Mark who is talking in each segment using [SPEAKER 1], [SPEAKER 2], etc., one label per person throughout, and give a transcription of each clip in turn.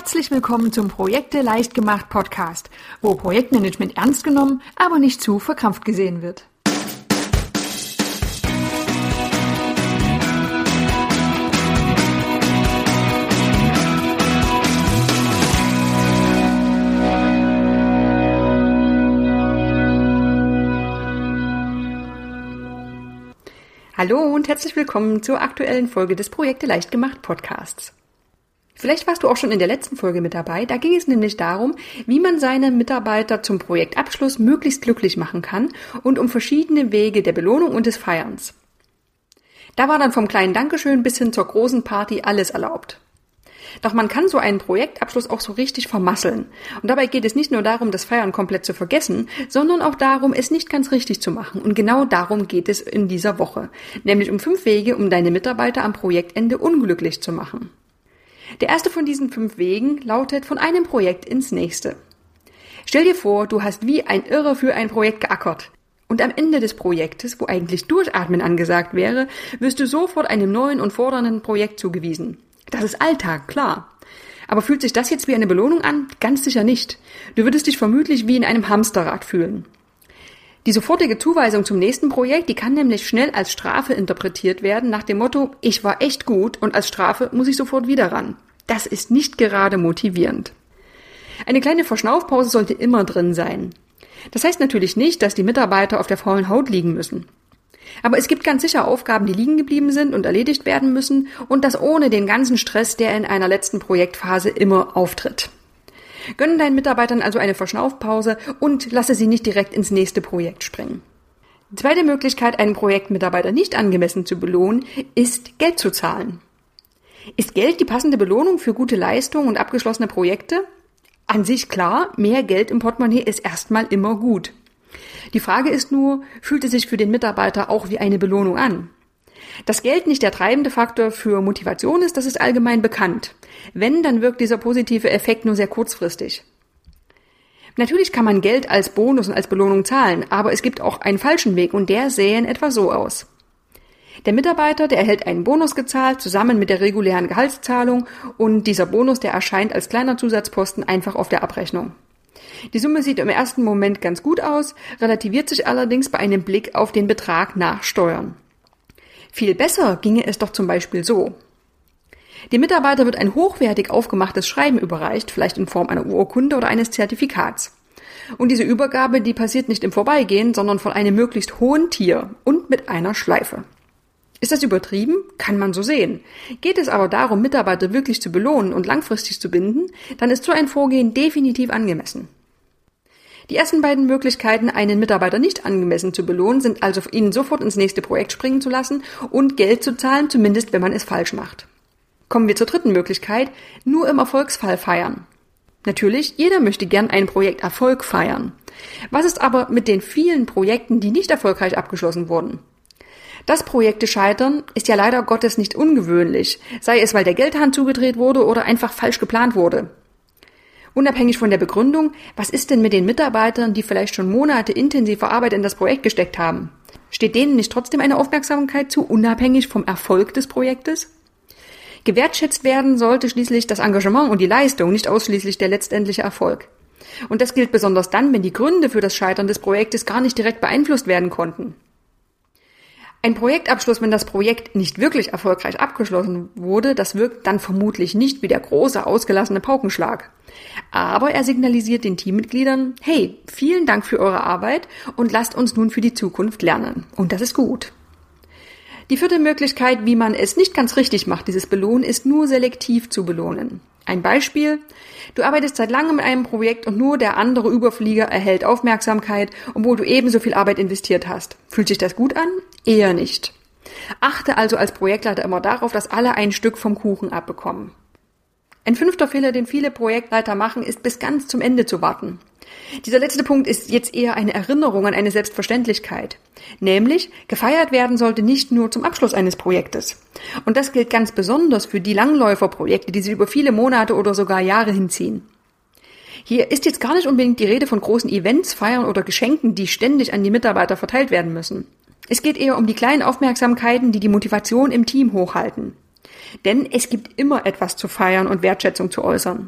[SPEAKER 1] Herzlich willkommen zum Projekte leicht gemacht Podcast, wo Projektmanagement ernst genommen, aber nicht zu verkrampft gesehen wird. Hallo und herzlich willkommen zur aktuellen Folge des Projekte leicht gemacht Podcasts. Vielleicht warst du auch schon in der letzten Folge mit dabei. Da ging es nämlich darum, wie man seine Mitarbeiter zum Projektabschluss möglichst glücklich machen kann und um verschiedene Wege der Belohnung und des Feierns. Da war dann vom kleinen Dankeschön bis hin zur großen Party alles erlaubt. Doch man kann so einen Projektabschluss auch so richtig vermasseln. Und dabei geht es nicht nur darum, das Feiern komplett zu vergessen, sondern auch darum, es nicht ganz richtig zu machen. Und genau darum geht es in dieser Woche. Nämlich um 5 Wege, um deine Mitarbeiter am Projektende unglücklich zu machen. Der erste von diesen 5 Wegen lautet von einem Projekt ins nächste. Stell dir vor, du hast wie ein Irrer für ein Projekt geackert. Und am Ende des Projektes, wo eigentlich Durchatmen angesagt wäre, wirst du sofort einem neuen und fordernden Projekt zugewiesen. Das ist Alltag, klar. Aber fühlt sich das jetzt wie eine Belohnung an? Ganz sicher nicht. Du würdest dich vermutlich wie in einem Hamsterrad fühlen. Die sofortige Zuweisung zum nächsten Projekt, die kann nämlich schnell als Strafe interpretiert werden, nach dem Motto, ich war echt gut und als Strafe muss ich sofort wieder ran. Das ist nicht gerade motivierend. Eine kleine Verschnaufpause sollte immer drin sein. Das heißt natürlich nicht, dass die Mitarbeiter auf der faulen Haut liegen müssen. Aber es gibt ganz sicher Aufgaben, die liegen geblieben sind und erledigt werden müssen und das ohne den ganzen Stress, der in einer letzten Projektphase immer auftritt. Gönne deinen Mitarbeitern also eine Verschnaufpause und lasse sie nicht direkt ins nächste Projekt springen. Die zweite Möglichkeit, einen Projektmitarbeiter nicht angemessen zu belohnen, ist Geld zu zahlen. Ist Geld die passende Belohnung für gute Leistungen und abgeschlossene Projekte? An sich klar, mehr Geld im Portemonnaie ist erstmal immer gut. Die Frage ist nur, fühlt es sich für den Mitarbeiter auch wie eine Belohnung an? Dass Geld nicht der treibende Faktor für Motivation ist, das ist allgemein bekannt. Wenn, dann wirkt dieser positive Effekt nur sehr kurzfristig. Natürlich kann man Geld als Bonus und als Belohnung zahlen, aber es gibt auch einen falschen Weg und der sähe in etwa so aus. Der Mitarbeiter, der erhält einen Bonus gezahlt, zusammen mit der regulären Gehaltszahlung und dieser Bonus, der erscheint als kleiner Zusatzposten einfach auf der Abrechnung. Die Summe sieht im ersten Moment ganz gut aus, relativiert sich allerdings bei einem Blick auf den Betrag nach Steuern. Viel besser ginge es doch zum Beispiel so. Dem Mitarbeiter wird ein hochwertig aufgemachtes Schreiben überreicht, vielleicht in Form einer Urkunde oder eines Zertifikats. Und diese Übergabe, die passiert nicht im Vorbeigehen, sondern von einem möglichst hohen Tier und mit einer Schleife. Ist das übertrieben? Kann man so sehen. Geht es aber darum, Mitarbeiter wirklich zu belohnen und langfristig zu binden, dann ist so ein Vorgehen definitiv angemessen. Die ersten beiden Möglichkeiten, einen Mitarbeiter nicht angemessen zu belohnen, sind also ihn sofort ins nächste Projekt springen zu lassen und Geld zu zahlen, zumindest wenn man es falsch macht. Kommen wir zur dritten Möglichkeit, nur im Erfolgsfall feiern. Natürlich, jeder möchte gern einen Projekterfolg feiern. Was ist aber mit den vielen Projekten, die nicht erfolgreich abgeschlossen wurden? Dass Projekte scheitern, ist ja leider Gottes nicht ungewöhnlich, sei es, weil der Geldhahn zugedreht wurde oder einfach falsch geplant wurde. Unabhängig von der Begründung, was ist denn mit den Mitarbeitern, die vielleicht schon Monate intensiver Arbeit in das Projekt gesteckt haben? Steht denen nicht trotzdem eine Aufmerksamkeit zu, unabhängig vom Erfolg des Projektes? Gewertschätzt werden sollte schließlich das Engagement und die Leistung, nicht ausschließlich der letztendliche Erfolg. Und das gilt besonders dann, wenn die Gründe für das Scheitern des Projektes gar nicht direkt beeinflusst werden konnten. Ein Projektabschluss, wenn das Projekt nicht wirklich erfolgreich abgeschlossen wurde, das wirkt dann vermutlich nicht wie der große, ausgelassene Paukenschlag. Aber er signalisiert den Teammitgliedern, hey, vielen Dank für eure Arbeit und lasst uns nun für die Zukunft lernen. Und das ist gut. Die vierte Möglichkeit, wie man es nicht ganz richtig macht, dieses Belohnen, ist nur selektiv zu belohnen. Ein Beispiel: Du arbeitest seit langem mit einem Projekt und nur der andere Überflieger erhält Aufmerksamkeit, obwohl du ebenso viel Arbeit investiert hast. Fühlt sich das gut an? Eher nicht. Achte also als Projektleiter immer darauf, dass alle ein Stück vom Kuchen abbekommen. Ein 5. Fehler, den viele Projektleiter machen, ist, bis ganz zum Ende zu warten. Dieser letzte Punkt ist jetzt eher eine Erinnerung an eine Selbstverständlichkeit. Nämlich, gefeiert werden sollte nicht nur zum Abschluss eines Projektes. Und das gilt ganz besonders für die Langläuferprojekte, die sich über viele Monate oder sogar Jahre hinziehen. Hier ist jetzt gar nicht unbedingt die Rede von großen Events, Feiern oder Geschenken, die ständig an die Mitarbeiter verteilt werden müssen. Es geht eher um die kleinen Aufmerksamkeiten, die die Motivation im Team hochhalten. Denn es gibt immer etwas zu feiern und Wertschätzung zu äußern.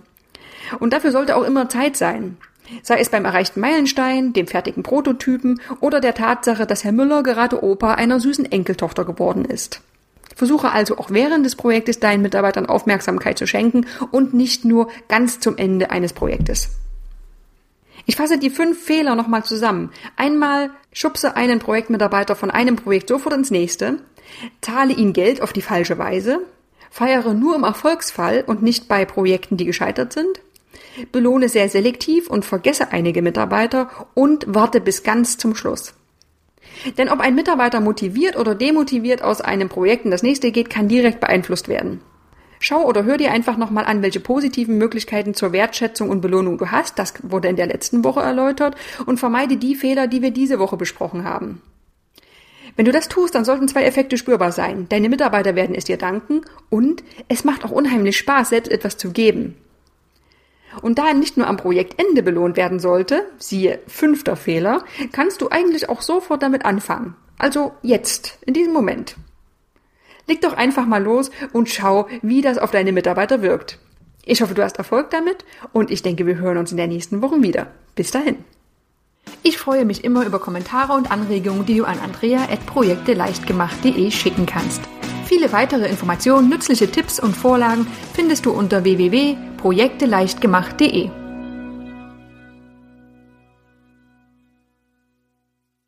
[SPEAKER 1] Und dafür sollte auch immer Zeit sein. Sei es beim erreichten Meilenstein, dem fertigen Prototypen oder der Tatsache, dass Herr Müller gerade Opa einer süßen Enkeltochter geworden ist. Versuche also auch während des Projektes deinen Mitarbeitern Aufmerksamkeit zu schenken und nicht nur ganz zum Ende eines Projektes. Ich fasse die 5 Fehler nochmal zusammen. Einmal schubse einen Projektmitarbeiter von einem Projekt sofort ins nächste, zahle ihm Geld auf die falsche Weise, feiere nur im Erfolgsfall und nicht bei Projekten, die gescheitert sind, belohne sehr selektiv und vergesse einige Mitarbeiter und warte bis ganz zum Schluss. Denn ob ein Mitarbeiter motiviert oder demotiviert aus einem Projekt in das nächste geht, kann direkt beeinflusst werden. Schau oder hör dir einfach nochmal an, welche positiven Möglichkeiten zur Wertschätzung und Belohnung du hast. Das wurde in der letzten Woche erläutert. Und vermeide die Fehler, die wir diese Woche besprochen haben. Wenn du das tust, dann sollten 2 Effekte spürbar sein. Deine Mitarbeiter werden es dir danken und es macht auch unheimlich Spaß, selbst etwas zu geben. Und da nicht nur am Projektende belohnt werden sollte, siehe 5. Fehler, kannst du eigentlich auch sofort damit anfangen. Also jetzt, in diesem Moment. Leg doch einfach mal los und schau, wie das auf deine Mitarbeiter wirkt. Ich hoffe, du hast Erfolg damit und ich denke, wir hören uns in der nächsten Woche wieder. Bis dahin. Ich freue mich immer über Kommentare und Anregungen, die du an andrea@projekteleichtgemacht.de schicken kannst. Viele weitere Informationen, nützliche Tipps und Vorlagen findest du unter www.projekteleichtgemacht.de.